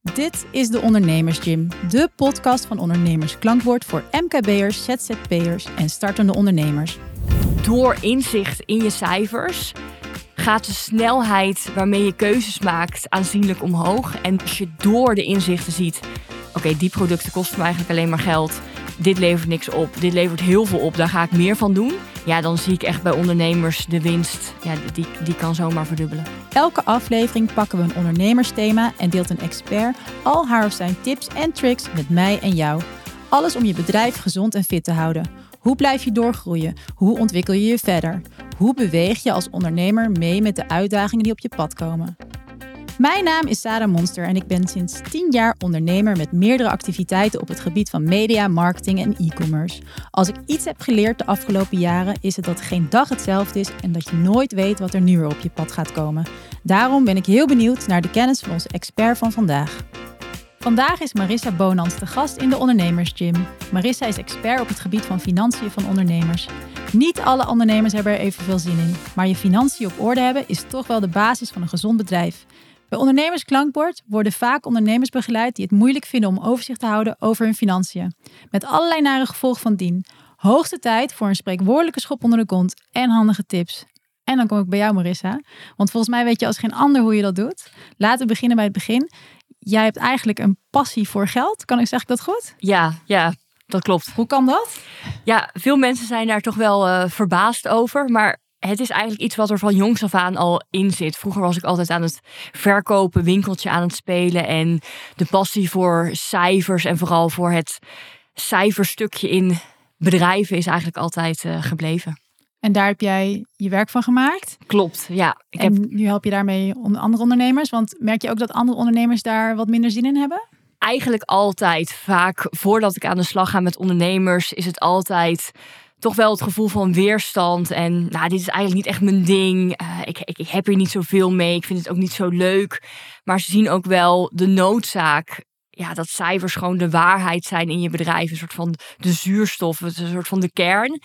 Dit is de Ondernemers Gym, de podcast van Ondernemers Klankbord voor MKB'ers, ZZP'ers en startende ondernemers. Door inzicht in je cijfers gaat de snelheid waarmee je keuzes maakt aanzienlijk omhoog. En als je door de inzichten ziet, oké, die producten kosten me eigenlijk alleen maar geld. Dit levert niks op, dit levert heel veel op, daar ga ik meer van doen. Ja, dan zie ik echt bij ondernemers de winst, die kan zomaar verdubbelen. Elke aflevering pakken we een ondernemersthema en deelt een expert al haar of zijn tips en tricks met mij en jou. Alles om je bedrijf gezond en fit te houden. Hoe blijf je doorgroeien? Hoe ontwikkel je je verder? Hoe beweeg je als ondernemer mee met de uitdagingen die op je pad komen? Mijn naam is Sarah Monster en ik ben sinds 10 jaar ondernemer met meerdere activiteiten op het gebied van media, marketing en e-commerce. Als ik iets heb geleerd de afgelopen jaren is het dat geen dag hetzelfde is en dat je nooit weet wat er nu weer op je pad gaat komen. Daarom ben ik heel benieuwd naar de kennis van onze expert van vandaag. Vandaag is Marissa Bonans de gast in de Ondernemers Gym. Marissa is expert op het gebied van financiën van ondernemers. Niet alle ondernemers hebben er evenveel zin in, maar je financiën op orde hebben is toch wel de basis van een gezond bedrijf. Bij Ondernemers Klankbord worden vaak ondernemers begeleid die het moeilijk vinden om overzicht te houden over hun financiën. Met allerlei nare gevolgen van dien. Hoogste tijd voor een spreekwoordelijke schop onder de kont en handige tips. En dan kom ik bij jou, Marissa. Want volgens mij weet je als geen ander hoe je dat doet. Laten we beginnen bij het begin. Jij hebt eigenlijk een passie voor geld. Zeg ik dat goed? Ja, dat klopt. Hoe kan dat? Ja, veel mensen zijn daar toch wel verbaasd over, maar het is eigenlijk iets wat er van jongs af aan al in zit. Vroeger was ik altijd aan het verkopen, winkeltje aan het spelen. En de passie voor cijfers en vooral voor het cijferstukje in bedrijven is eigenlijk altijd gebleven. En daar heb jij je werk van gemaakt? Klopt, ja. Nu help je daarmee andere ondernemers. Want merk je ook dat andere ondernemers daar wat minder zin in hebben? Eigenlijk altijd. Vaak voordat ik aan de slag ga met ondernemers is het altijd toch wel het gevoel van weerstand. En dit is eigenlijk niet echt mijn ding. Ik heb hier niet zoveel mee. Ik vind het ook niet zo leuk. Maar ze zien ook wel de noodzaak. Ja, dat cijfers gewoon de waarheid zijn in je bedrijf. Een soort van de zuurstof. Het is een soort van de kern.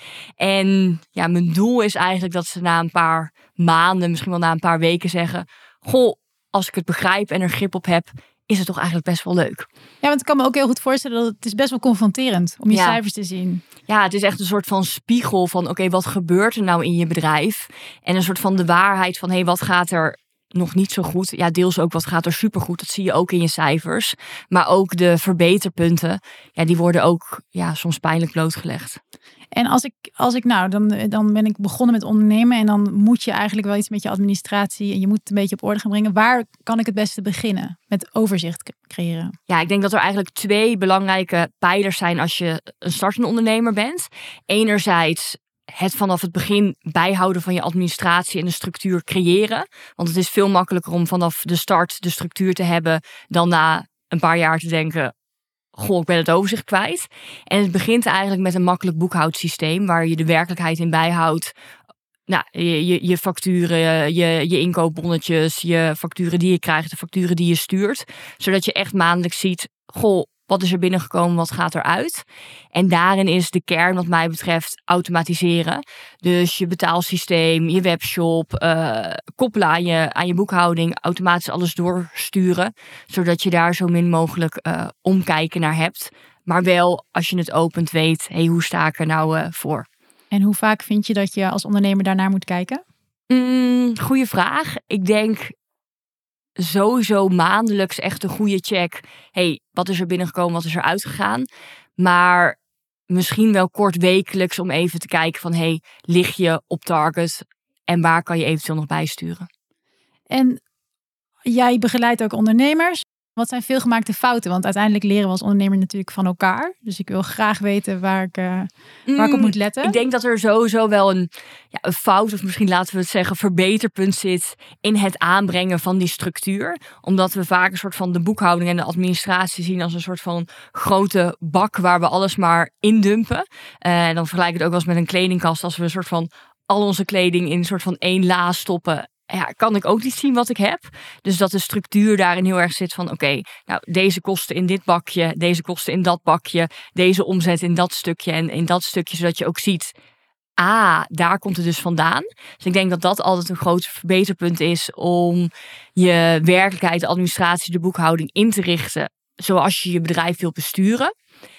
En ja, mijn doel is eigenlijk dat ze na een paar maanden, misschien wel na een paar weken zeggen: goh, als ik het begrijp en er grip op heb, is het toch eigenlijk best wel leuk. Ja, want ik kan me ook heel goed voorstellen dat het is best wel confronterend om je cijfers te zien. Ja, het is echt een soort van spiegel van oké, wat gebeurt er nou in je bedrijf? En een soort van de waarheid van wat gaat er nog niet zo goed? Ja, deels ook wat gaat er supergoed. Dat zie je ook in je cijfers. Maar ook de verbeterpunten, die worden ook soms pijnlijk blootgelegd. En dan ben ik begonnen met ondernemen en dan moet je eigenlijk wel iets met je administratie en je moet het een beetje op orde gaan brengen. Waar kan ik het beste beginnen met overzicht creëren? Ja, ik denk dat er eigenlijk 2 belangrijke pijlers zijn als je een startende ondernemer bent. Enerzijds het vanaf het begin bijhouden van je administratie en de structuur creëren. Want het is veel makkelijker om vanaf de start de structuur te hebben dan na een paar jaar te denken: goh, ik ben het overzicht kwijt. En het begint eigenlijk met een makkelijk boekhoudsysteem waar je de werkelijkheid in bijhoudt. Je facturen, je inkoopbonnetjes, je facturen die je krijgt, de facturen die je stuurt. Zodat je echt maandelijks ziet: goh, wat is er binnengekomen, wat gaat eruit? En daarin is de kern wat mij betreft automatiseren. Dus je betaalsysteem, je webshop, koppelen aan je boekhouding, automatisch alles doorsturen. Zodat je daar zo min mogelijk omkijken naar hebt. Maar wel, als je het opent, weet, hoe sta ik er nou voor? En hoe vaak vind je dat je als ondernemer daarnaar moet kijken? Goeie vraag. Ik denk sowieso maandelijks echt een goede check. Wat is er binnengekomen, wat is er uitgegaan? Maar misschien wel kort wekelijks om even te kijken van lig je op target en waar kan je eventueel nog bijsturen? En jij begeleidt ook ondernemers. Wat zijn veelgemaakte fouten? Want uiteindelijk leren we als ondernemer natuurlijk van elkaar. Dus ik wil graag weten waar ik op moet letten. Ik denk dat er sowieso wel een fout, of misschien laten we het zeggen verbeterpunt zit in het aanbrengen van die structuur. Omdat we vaak een soort van de boekhouding en de administratie zien als een soort van grote bak waar we alles maar indumpen. En dan vergelijk ik het ook wel eens met een kledingkast. Als we een soort van al onze kleding in een soort van 1 la stoppen, kan ik ook niet zien wat ik heb. Dus dat de structuur daarin heel erg zit van oké, deze kosten in dit bakje, deze kosten in dat bakje, deze omzet in dat stukje en in dat stukje, zodat je ook ziet daar komt het dus vandaan. Dus ik denk dat dat altijd een groot verbeterpunt is om je werkelijkheid, de administratie, de boekhouding in te richten zoals je je bedrijf wilt besturen.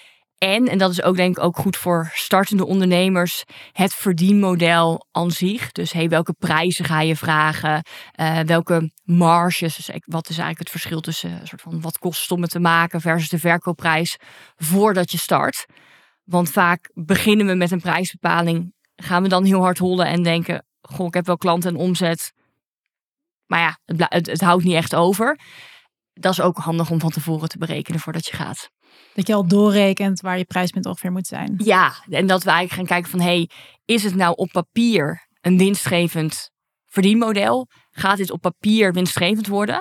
En dat is ook denk ik ook goed voor startende ondernemers, het verdienmodel aan zich. Dus welke prijzen ga je vragen? Welke marges? Dus wat is eigenlijk het verschil tussen een soort van wat kost het om het te maken versus de verkoopprijs voordat je start? Want vaak beginnen we met een prijsbepaling, gaan we dan heel hard hollen en denken, goh, ik heb wel klanten en omzet. Maar ja, het houdt niet echt over. Dat is ook handig om van tevoren te berekenen voordat je gaat. Dat je al doorrekent waar je prijspunt ongeveer moet zijn. Ja, en dat we eigenlijk gaan kijken van, is het nou op papier een winstgevend verdienmodel? Gaat dit op papier winstgevend worden?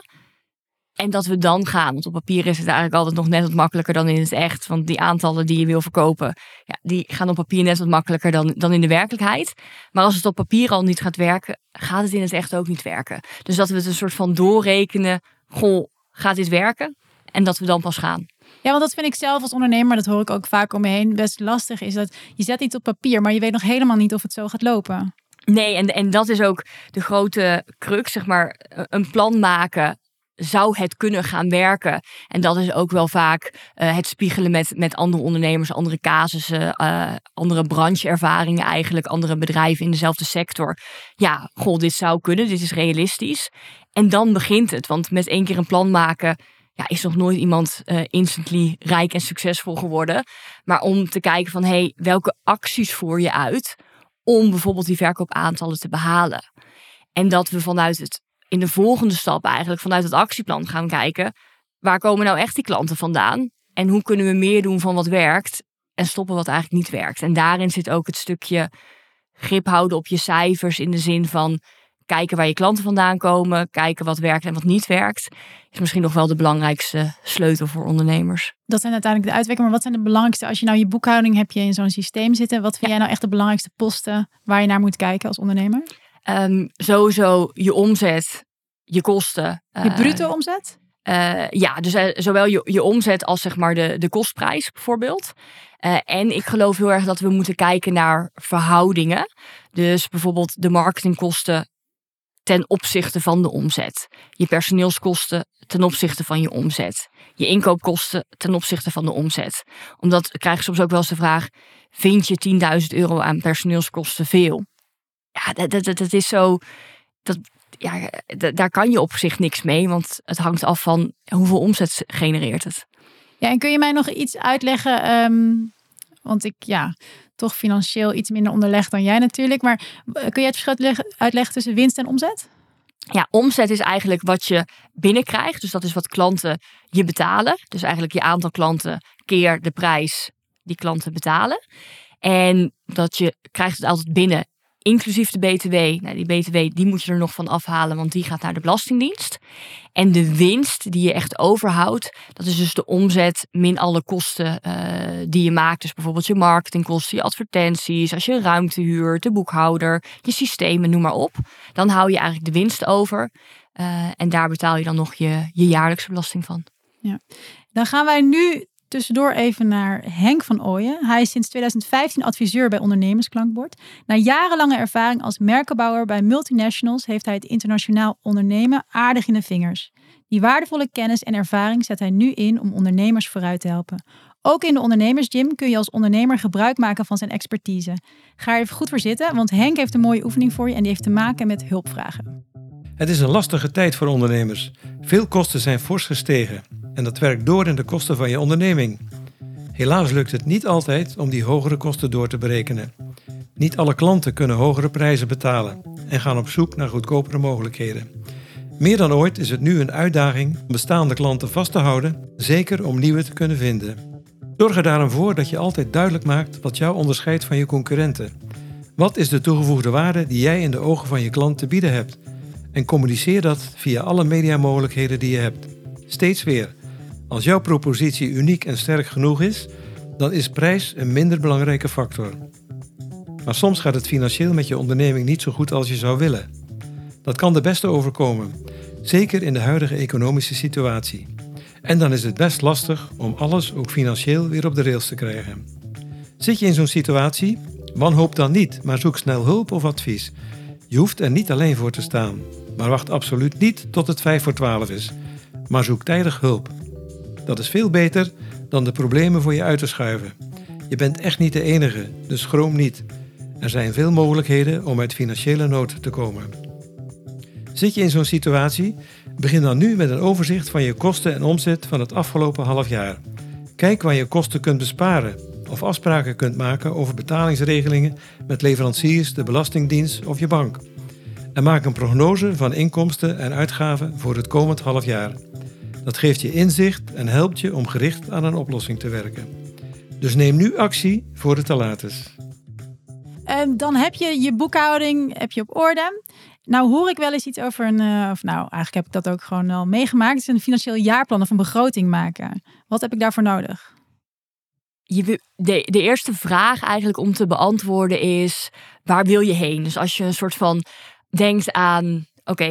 En dat we dan gaan. Want op papier is het eigenlijk altijd nog net wat makkelijker dan in het echt. Want die aantallen die je wil verkopen, die gaan op papier net wat makkelijker dan in de werkelijkheid. Maar als het op papier al niet gaat werken, gaat het in het echt ook niet werken. Dus dat we het een soort van doorrekenen. Goh, gaat dit werken? En dat we dan pas gaan. Ja, want dat vind ik zelf als ondernemer, dat hoor ik ook vaak om me heen, best lastig is dat je zet iets op papier, maar je weet nog helemaal niet of het zo gaat lopen. Nee, en dat is ook de grote crux, zeg maar, een plan maken. Zou het kunnen gaan werken? En dat is ook wel vaak het spiegelen met andere ondernemers, andere casussen, andere brancheervaringen eigenlijk, andere bedrijven in dezelfde sector. Ja, goh, dit zou kunnen, dit is realistisch. En dan begint het, want met 1 keer een plan maken, is nog nooit iemand instantly rijk en succesvol geworden. Maar om te kijken van, welke acties voer je uit om bijvoorbeeld die verkoopaantallen te behalen? En dat we in de volgende stap eigenlijk vanuit het actieplan gaan kijken, waar komen nou echt die klanten vandaan? En hoe kunnen we meer doen van wat werkt en stoppen wat eigenlijk niet werkt? En daarin zit ook het stukje grip houden op je cijfers in de zin van kijken waar je klanten vandaan komen, kijken wat werkt en wat niet werkt, is misschien nog wel de belangrijkste sleutel voor ondernemers. Dat zijn uiteindelijk de uitwerkingen, maar wat zijn de belangrijkste, als je nou je boekhouding heb je in zo'n systeem zitten, wat vind jij nou echt de belangrijkste posten waar je naar moet kijken als ondernemer? Sowieso je omzet, je kosten. Je bruto omzet? Dus zowel je omzet als zeg maar de kostprijs bijvoorbeeld. En ik geloof heel erg dat we moeten kijken naar verhoudingen. Dus bijvoorbeeld de marketingkosten ten opzichte van de omzet. Je personeelskosten ten opzichte van je omzet. Je inkoopkosten ten opzichte van de omzet. Omdat krijg je soms ook wel eens de vraag, vind je €10.000 aan personeelskosten veel? Ja, dat is zo. Daar kan je op zich niks mee, want het hangt af van hoeveel omzet genereeert het. Ja, en kun je mij nog iets uitleggen? Want ik toch financieel iets minder onderlegd dan jij natuurlijk. Maar kun je het verschil uitleggen tussen winst en omzet? Ja, omzet is eigenlijk wat je binnenkrijgt. Dus dat is wat klanten je betalen. Dus eigenlijk je aantal klanten keer de prijs die klanten betalen. En dat je krijgt het altijd binnen, inclusief de BTW. Nou, die BTW die moet je er nog van afhalen, want die gaat naar de Belastingdienst. En de winst die je echt overhoudt, dat is dus de omzet min alle kosten die je maakt. Dus bijvoorbeeld je marketingkosten, je advertenties, als je ruimte huurt, de boekhouder, je systemen, noem maar op. Dan hou je eigenlijk de winst over. En daar betaal je dan nog je jaarlijkse belasting van. Ja. Dan gaan wij nu tussendoor even naar Henk van Ooyen. Hij is sinds 2015 adviseur bij Ondernemersklankbord. Na jarenlange ervaring als merkenbouwer bij multinationals heeft hij het internationaal ondernemen aardig in de vingers. Die waardevolle kennis en ervaring zet hij nu in om ondernemers vooruit te helpen. Ook in de ondernemersgym kun je als ondernemer gebruik maken van zijn expertise. Ga er even goed voor zitten, want Henk heeft een mooie oefening voor je en die heeft te maken met hulpvragen. Het is een lastige tijd voor ondernemers. Veel kosten zijn fors gestegen en dat werkt door in de kosten van je onderneming. Helaas lukt het niet altijd om die hogere kosten door te berekenen. Niet alle klanten kunnen hogere prijzen betalen en gaan op zoek naar goedkopere mogelijkheden. Meer dan ooit is het nu een uitdaging om bestaande klanten vast te houden, zeker om nieuwe te kunnen vinden. Zorg er daarom voor dat je altijd duidelijk maakt wat jou onderscheidt van je concurrenten. Wat is de toegevoegde waarde die jij in de ogen van je klant te bieden hebt? En communiceer dat via alle mediamogelijkheden die je hebt. Steeds weer. Als jouw propositie uniek en sterk genoeg is, dan is prijs een minder belangrijke factor. Maar soms gaat het financieel met je onderneming niet zo goed als je zou willen. Dat kan de beste overkomen, zeker in de huidige economische situatie. En dan is het best lastig om alles ook financieel weer op de rails te krijgen. Zit je in zo'n situatie? Wanhoop dan niet, maar zoek snel hulp of advies. Je hoeft er niet alleen voor te staan. Maar wacht absoluut niet tot het 11:55 is. Maar zoek tijdig hulp. Dat is veel beter dan de problemen voor je uit te schuiven. Je bent echt niet de enige, dus schroom niet. Er zijn veel mogelijkheden om uit financiële nood te komen. Zit je in zo'n situatie? Begin dan nu met een overzicht van je kosten en omzet van het afgelopen half jaar. Kijk waar je kosten kunt besparen of afspraken kunt maken over betalingsregelingen met leveranciers, de Belastingdienst of je bank. En maak een prognose van inkomsten en uitgaven voor het komend half jaar. Dat geeft je inzicht en helpt je om gericht aan een oplossing te werken. Dus neem nu actie voor het te laat is. Dan heb je je boekhouding op orde. Nou hoor ik wel eens iets over eigenlijk heb ik dat ook gewoon al meegemaakt. Het is een financieel jaarplan of een begroting maken. Wat heb ik daarvoor nodig? De eerste vraag eigenlijk om te beantwoorden is, waar wil je heen? Dus als je een soort van denkt aan,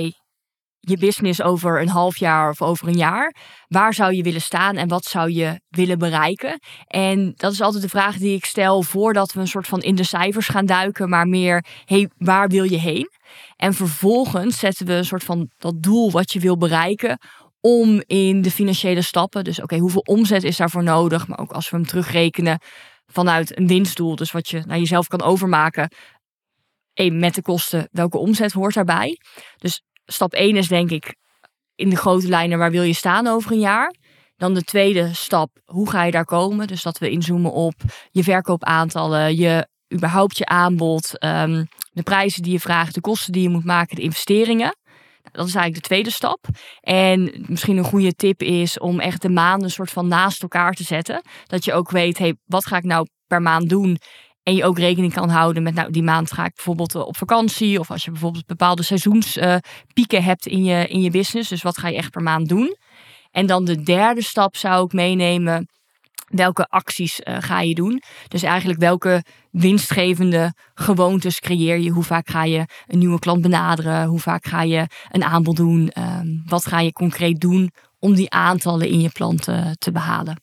je business over een half jaar of over een jaar. Waar zou je willen staan en wat zou je willen bereiken? En dat is altijd de vraag die ik stel voordat we een soort van in de cijfers gaan duiken. Maar meer, waar wil je heen? En vervolgens zetten we een soort van dat doel wat je wil bereiken om in de financiële stappen. Dus hoeveel omzet is daarvoor nodig? Maar ook als we hem terugrekenen vanuit een winstdoel. Dus wat je naar jezelf kan overmaken. Met de kosten, welke omzet hoort daarbij? Dus stap 1 is denk ik in de grote lijnen, waar wil je staan over een jaar? Dan de tweede stap, hoe ga je daar komen? Dus dat we inzoomen op je verkoopaantallen, überhaupt je aanbod, de prijzen die je vraagt, de kosten die je moet maken, de investeringen. Dat is eigenlijk de tweede stap. En misschien een goede tip is om echt de maanden een soort van naast elkaar te zetten. Dat je ook weet, wat ga ik nou per maand doen? En je ook rekening kan houden met, die maand ga ik bijvoorbeeld op vakantie. Of als je bijvoorbeeld bepaalde seizoenspieken hebt in je business. Dus wat ga je echt per maand doen? En dan de derde stap zou ik meenemen. Welke acties ga je doen? Dus eigenlijk welke winstgevende gewoontes creëer je? Hoe vaak ga je een nieuwe klant benaderen? Hoe vaak ga je een aanbod doen? Wat ga je concreet doen om die aantallen in je plan te behalen?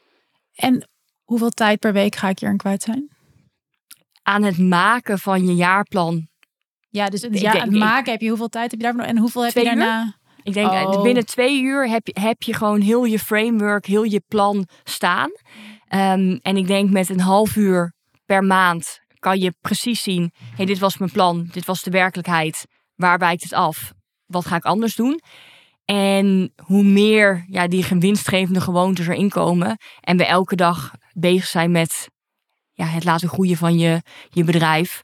En hoeveel tijd per week ga ik hier aan kwijt zijn? Aan het maken van je jaarplan. Ja, dus het maken heb je hoeveel tijd heb je daarvoor en hoeveel heb je daarna? Uur? Ik denk binnen 2 uur heb je gewoon heel je framework, heel je plan staan. En ik denk met een half uur per maand kan je precies zien, dit was mijn plan, dit was de werkelijkheid. Waar wijkt het af? Wat ga ik anders doen? En hoe meer die winstgevende gewoontes erin komen en we elke dag bezig zijn met het laten groeien van je bedrijf,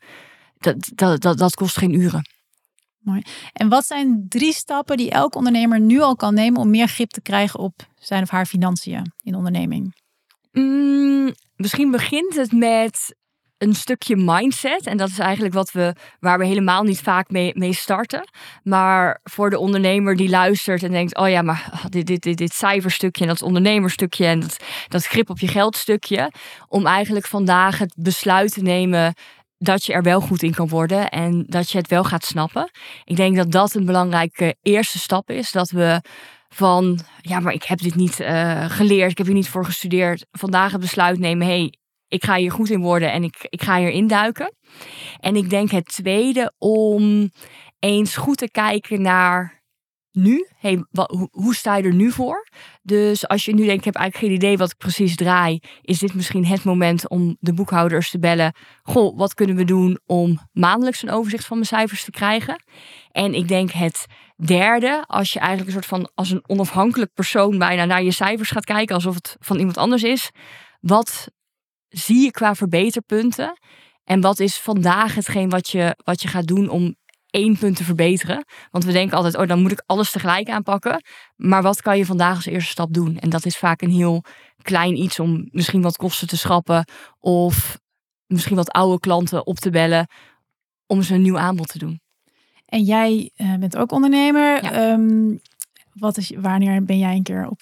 dat kost geen uren. Mooi. En wat zijn 3 stappen die elke ondernemer nu al kan nemen om meer grip te krijgen op zijn of haar financiën in onderneming? Misschien begint het met een stukje mindset. En dat is eigenlijk waar we helemaal niet vaak mee starten. Maar voor de ondernemer die luistert en denkt, maar dit cijferstukje en dat ondernemerstukje en dat grip op je geldstukje. Om eigenlijk vandaag het besluit te nemen dat je er wel goed in kan worden en dat je het wel gaat snappen. Ik denk dat dat een belangrijke eerste stap is. Dat we maar ik heb dit niet geleerd, ik heb hier niet voor gestudeerd. Vandaag het besluit nemen, ik ga hier goed in worden en ik ga hier induiken. En ik denk het tweede om eens goed te kijken naar nu. Hoe sta je er nu voor? Dus als je nu denkt, ik heb eigenlijk geen idee wat ik precies draai, is dit misschien het moment om de boekhouders te bellen. Goh, wat kunnen we doen om maandelijks een overzicht van mijn cijfers te krijgen? En ik denk het derde, als je eigenlijk een soort van als een onafhankelijk persoon bijna naar je cijfers gaat kijken, alsof het van iemand anders is. Wat zie je qua verbeterpunten? En wat is vandaag hetgeen wat je gaat doen om 1 punt te verbeteren? Want we denken altijd, dan moet ik alles tegelijk aanpakken. Maar wat kan je vandaag als eerste stap doen? En dat is vaak een heel klein iets om misschien wat kosten te schrappen. Of misschien wat oude klanten op te bellen om ze een nieuw aanbod te doen. En jij bent ook ondernemer. Ja. Wanneer heb jij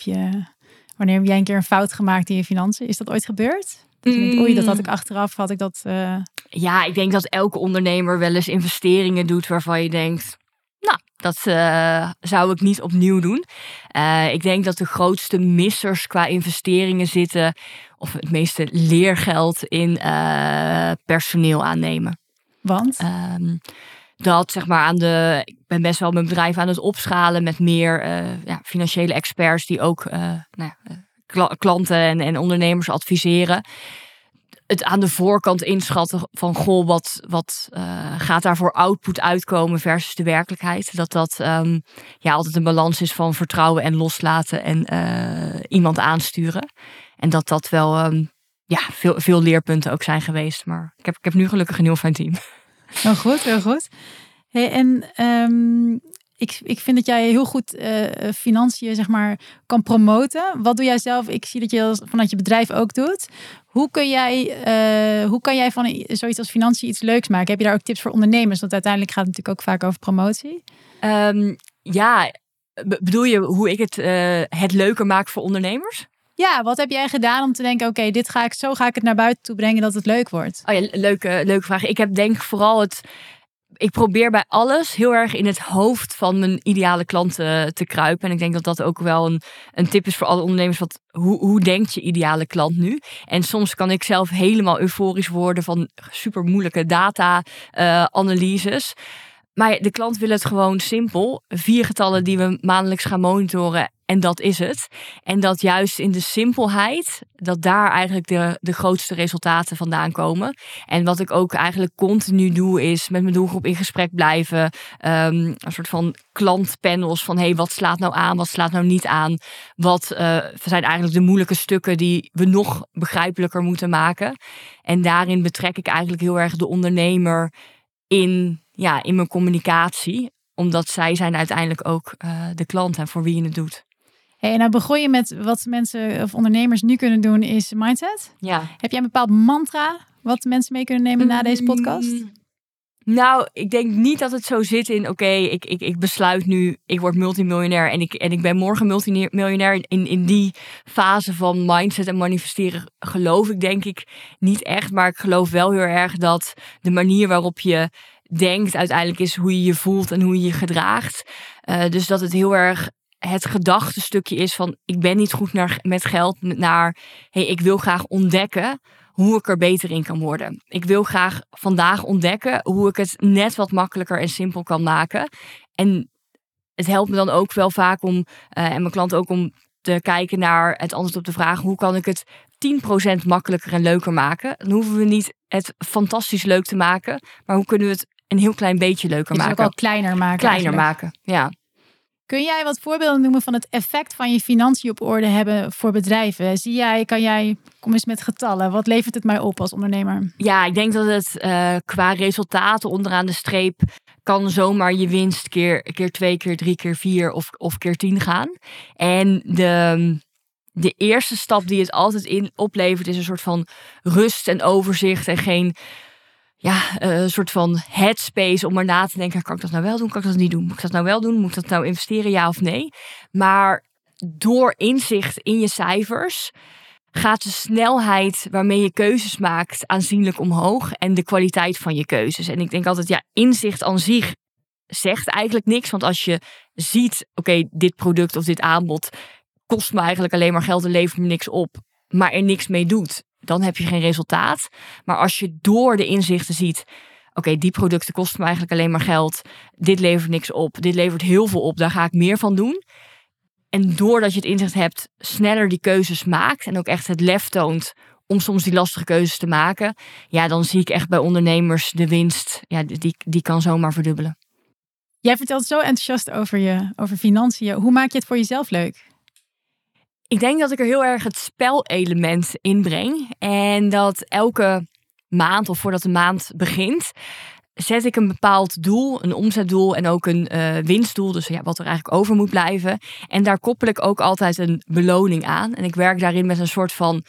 een keer een fout gemaakt in je financiën? Is dat ooit gebeurd? Dat je denkt, dat had ik achteraf, had ik dat... Ja, ik denk dat elke ondernemer wel eens investeringen doet waarvan je denkt, Dat zou ik niet opnieuw doen. Ik denk dat de grootste missers qua investeringen zitten, of het meeste leergeld in personeel aannemen. Want? Dat zeg maar ik ben best wel mijn bedrijf aan het opschalen met meer financiële experts die ook klanten en ondernemers adviseren. Het aan de voorkant inschatten van wat gaat daar voor output uitkomen versus de werkelijkheid. Dat altijd een balans is van vertrouwen en loslaten en iemand aansturen. En dat wel veel leerpunten ook zijn geweest. Maar ik heb nu gelukkig een heel fijn team. Heel goed, heel goed. Hey, en ik vind dat jij heel goed financiën zeg maar kan promoten. Wat doe jij zelf? Ik zie dat je dat vanuit je bedrijf ook doet. Hoe kan jij van zoiets als financiën iets leuks maken? Heb je daar ook tips voor ondernemers? Want uiteindelijk gaat het natuurlijk ook vaak over promotie. Bedoel je hoe ik het leuker maak voor ondernemers? Ja, wat heb jij gedaan om te denken, oké, zo ga ik het naar buiten toe brengen dat het leuk wordt? Oh ja, leuke vraag. Ik heb denk vooral ik probeer bij alles heel erg in het hoofd van mijn ideale klant te kruipen. En ik denk dat dat ook wel een tip is voor alle ondernemers. Hoe denkt je ideale klant nu? En soms kan ik zelf helemaal euforisch worden van super moeilijke data-analyses. Maar de klant wil het gewoon simpel. 4 getallen die we maandelijks gaan monitoren. En dat is het. En dat juist in de simpelheid, dat daar eigenlijk de grootste resultaten vandaan komen. En wat ik ook eigenlijk continu doe, is met mijn doelgroep in gesprek blijven. Een soort van klantpanels van wat slaat nou aan, wat slaat nou niet aan. Wat zijn eigenlijk de moeilijke stukken die we nog begrijpelijker moeten maken. En daarin betrek ik eigenlijk heel erg de ondernemer in mijn communicatie. Omdat zij zijn uiteindelijk ook de klant en voor wie je het doet. Hey, en nou begon je met wat mensen of ondernemers nu kunnen doen is mindset. Ja. Heb jij een bepaald mantra wat mensen mee kunnen nemen na deze podcast? Nou, ik denk niet dat het zo zit in ik besluit nu, ik word multimiljonair en ik ben morgen multimiljonair. In die fase van mindset en manifesteren geloof ik denk ik niet echt. Maar ik geloof wel heel erg dat de manier waarop je denkt uiteindelijk is hoe je je voelt en hoe je je gedraagt. Dus dat het heel erg het gedachtenstukje is van ik ben niet goed met geld naar ik wil graag ontdekken hoe ik er beter in kan worden. Ik wil graag vandaag ontdekken hoe ik het net wat makkelijker en simpel kan maken. En het helpt me dan ook wel vaak om, en mijn klant ook om te kijken naar het antwoord op de vraag hoe kan ik het 10% makkelijker en leuker maken. Dan hoeven we niet het fantastisch leuk te maken, maar hoe kunnen we het een heel klein beetje leuker maken. Dus ook al kleiner maken. Kleiner maken, ja. Kun jij wat voorbeelden noemen van het effect van je financiën op orde hebben voor bedrijven? Kom eens met getallen. Wat levert het mij op als ondernemer? Ja, ik denk dat het qua resultaten onderaan de streep kan zomaar je winst keer 2, keer 3, keer 4 of keer 10 gaan. En de eerste stap die het altijd oplevert is een soort van rust en overzicht en geen een soort van headspace om maar na te denken, kan ik dat nou wel doen, kan ik dat niet doen? Moet ik dat nou wel doen? Moet ik dat nou investeren, ja of nee? Maar door inzicht in je cijfers gaat de snelheid waarmee je keuzes maakt aanzienlijk omhoog en de kwaliteit van je keuzes. En ik denk altijd, inzicht aan zich zegt eigenlijk niks, want als je ziet, dit product of dit aanbod kost me eigenlijk alleen maar geld en levert me niks op, maar er niks mee doet, dan heb je geen resultaat. Maar als je door de inzichten ziet, die producten kosten me eigenlijk alleen maar geld. Dit levert niks op. Dit levert heel veel op. Daar ga ik meer van doen. En doordat je het inzicht hebt, sneller die keuzes maakt en ook echt het lef toont om soms die lastige keuzes te maken. Ja, dan zie ik echt bij ondernemers de winst. Ja, die kan zomaar verdubbelen. Jij vertelt zo enthousiast over financiën. Hoe maak je het voor jezelf leuk? Ik denk dat ik er heel erg het spelelement inbreng. En dat elke maand of voordat de maand begint, zet ik een bepaald doel, een omzetdoel en ook een winstdoel. Dus wat er eigenlijk over moet blijven. En daar koppel ik ook altijd een beloning aan. En ik werk daarin met een soort van,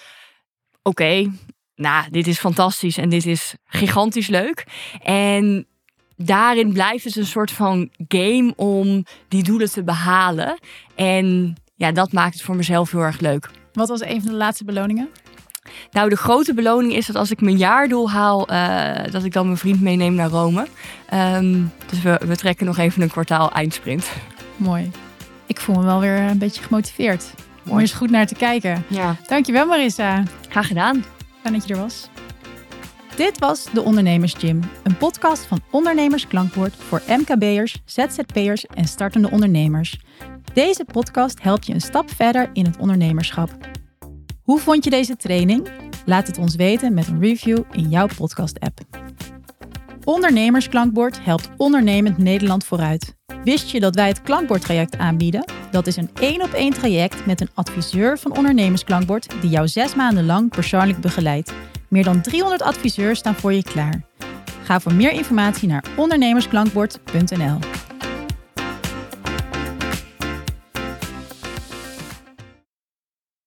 dit is fantastisch en dit is gigantisch leuk. En daarin blijft het een soort van game om die doelen te behalen. En dat maakt het voor mezelf heel erg leuk. Wat was een van de laatste beloningen? Nou, de grote beloning is dat als ik mijn jaardoel haal, dat ik dan mijn vriend meeneem naar Rome. Dus we trekken nog even een kwartaal eindsprint. Mooi. Ik voel me wel weer een beetje gemotiveerd. Om er eens goed naar te kijken. Ja. Dankjewel Marissa. Graag gedaan. Fijn dat je er was. Dit was De Ondernemers Gym. Een podcast van Ondernemers Klankbord voor MKB'ers, ZZP'ers en startende ondernemers. Deze podcast helpt je een stap verder in het ondernemerschap. Hoe vond je deze training? Laat het ons weten met een review in jouw podcast-app. Ondernemers Klankbord helpt ondernemend Nederland vooruit. Wist je dat wij het Klankbordtraject aanbieden? Dat is een 1-op-1 traject met een adviseur van Ondernemers Klankbord die jou 6 maanden lang persoonlijk begeleidt. Meer dan 300 adviseurs staan voor je klaar. Ga voor meer informatie naar ondernemersklankbord.nl.